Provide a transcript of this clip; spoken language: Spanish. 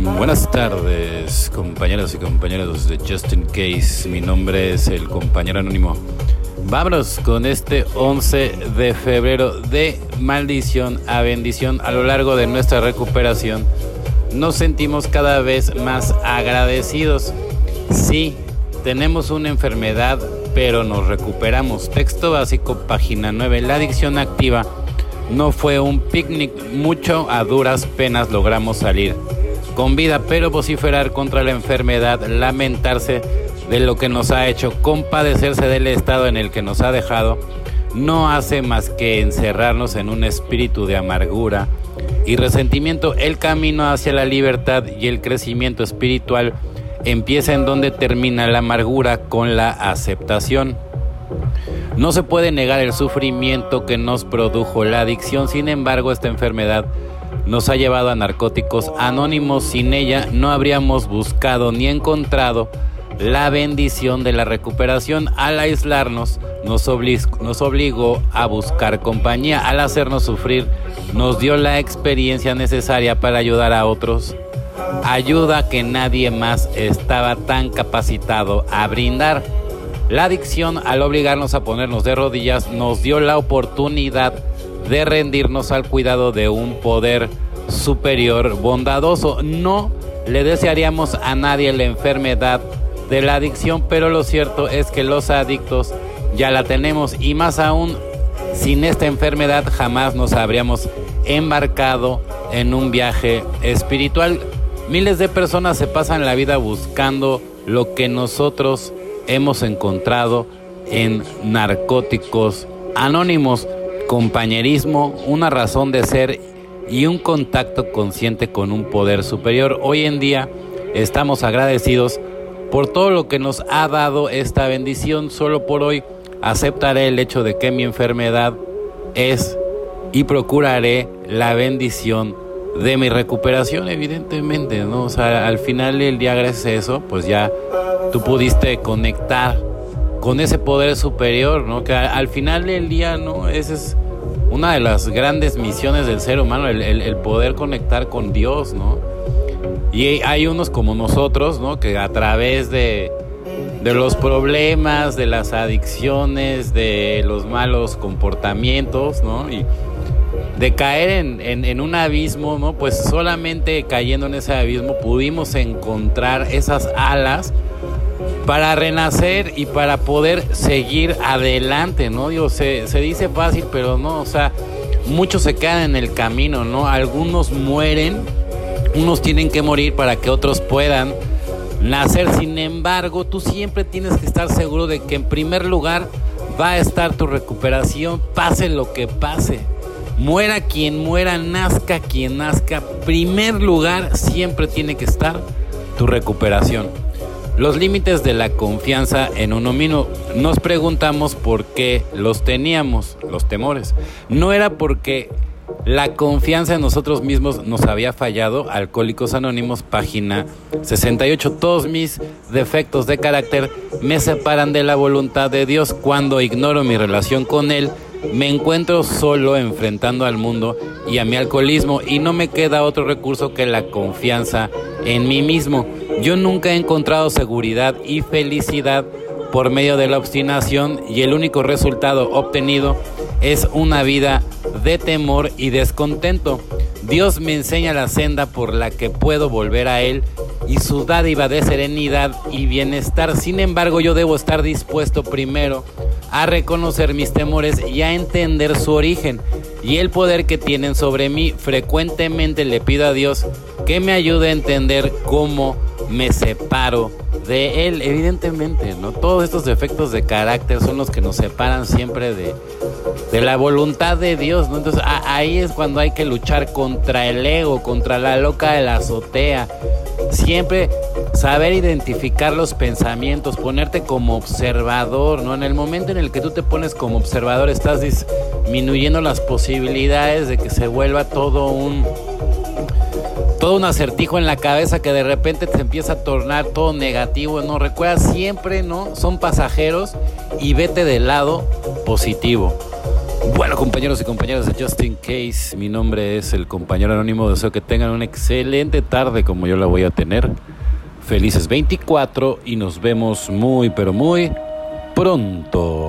Buenas tardes, compañeros y compañeras de Just In Case. Mi nombre es el compañero anónimo. Vámonos con este 11 de febrero de maldición a bendición. A lo largo de nuestra recuperación nos sentimos cada vez más agradecidos. Sí, tenemos una enfermedad, pero nos recuperamos. Texto básico, página 9. La adicción activa no fue un picnic, mucho a duras penas logramos salir con vida, pero vociferar contra la enfermedad, lamentarse de lo que nos ha hecho, compadecerse del estado en el que nos ha dejado, no hace más que encerrarnos en un espíritu de amargura y resentimiento. El camino hacia la libertad y el crecimiento espiritual empieza en donde termina la amargura, con la aceptación. No se puede negar el sufrimiento que nos produjo la adicción. Sin embargo, esta enfermedad nos ha llevado a Narcóticos Anónimos. Sin ella no habríamos buscado ni encontrado la bendición de la recuperación. Al aislarnos nos obligó a buscar compañía. Al hacernos sufrir nos dio la experiencia necesaria para ayudar a otros, ayuda que nadie más estaba tan capacitado a brindar. La adicción, al obligarnos a ponernos de rodillas, nos dio la oportunidad de rendirnos al cuidado de un poder superior bondadoso. No le desearíamos a nadie la enfermedad de la adicción, pero lo cierto es que los adictos ya la tenemos, y más aún, sin esta enfermedad jamás nos habríamos embarcado en un viaje espiritual. Miles de personas se pasan la vida buscando lo que nosotros hemos encontrado en Narcóticos Anónimos: compañerismo, una razón de ser y un contacto consciente con un poder superior. Hoy en día estamos agradecidos por todo lo que nos ha dado esta bendición. Solo por hoy aceptaré el hecho de que mi enfermedad es, y procuraré la bendición de mi recuperación, evidentemente, ¿no? O sea, al final del día, gracias a eso, pues ya tú pudiste conectar con ese poder superior, ¿no? Que al final del día, ¿no? Esa es una de las grandes misiones del ser humano, el poder conectar con Dios, ¿no? Y hay unos como nosotros, ¿no? Que a través de los problemas, de las adicciones, de los malos comportamientos, ¿no? Y de caer en un abismo, ¿no? Pues solamente cayendo en ese abismo pudimos encontrar esas alas para renacer y para poder seguir adelante, ¿no? Digo, se dice fácil, pero no, o sea, muchos se quedan en el camino, ¿no? Algunos mueren, unos tienen que morir para que otros puedan nacer. Sin embargo, tú siempre tienes que estar seguro de que en primer lugar va a estar tu recuperación, pase lo que pase. Muera quien muera, nazca quien nazca, primer lugar siempre tiene que estar tu recuperación. Los límites de la confianza en uno mismo. Nos preguntamos por qué los teníamos, los temores. No era porque la confianza en nosotros mismos nos había fallado. Alcohólicos Anónimos, página 68. Todos mis defectos de carácter me separan de la voluntad de Dios. Cuando ignoro mi relación con Él, me encuentro solo enfrentando al mundo y a mi alcoholismo, y no me queda otro recurso que la confianza en mí mismo. Yo nunca he encontrado seguridad y felicidad por medio de la obstinación, y el único resultado obtenido es una vida de temor y descontento. Dios me enseña la senda por la que puedo volver a Él y su dádiva de serenidad y bienestar. Sin embargo, yo debo estar dispuesto primero a reconocer mis temores y a entender su origen y el poder que tienen sobre mí. Frecuentemente le pido a Dios que me ayude a entender cómo me separo de Él. Evidentemente, ¿no? Todos estos defectos de carácter son los que nos separan siempre de la voluntad de Dios, ¿no? Entonces ahí es cuando hay que luchar contra el ego, contra la loca de la azotea. Siempre saber identificar los pensamientos, ponerte como observador, ¿no? En el momento en el que tú te pones como observador, estás disminuyendo las posibilidades de que se vuelva todo un acertijo en la cabeza, que de repente te empieza a tornar todo negativo, ¿no? Recuerda siempre, ¿no? Son pasajeros, y vete del lado positivo. Bueno, compañeros y compañeras de Just In Case, mi nombre es el compañero anónimo. Deseo que tengan una excelente tarde como yo la voy a tener. Felices 24 y nos vemos muy pero muy pronto.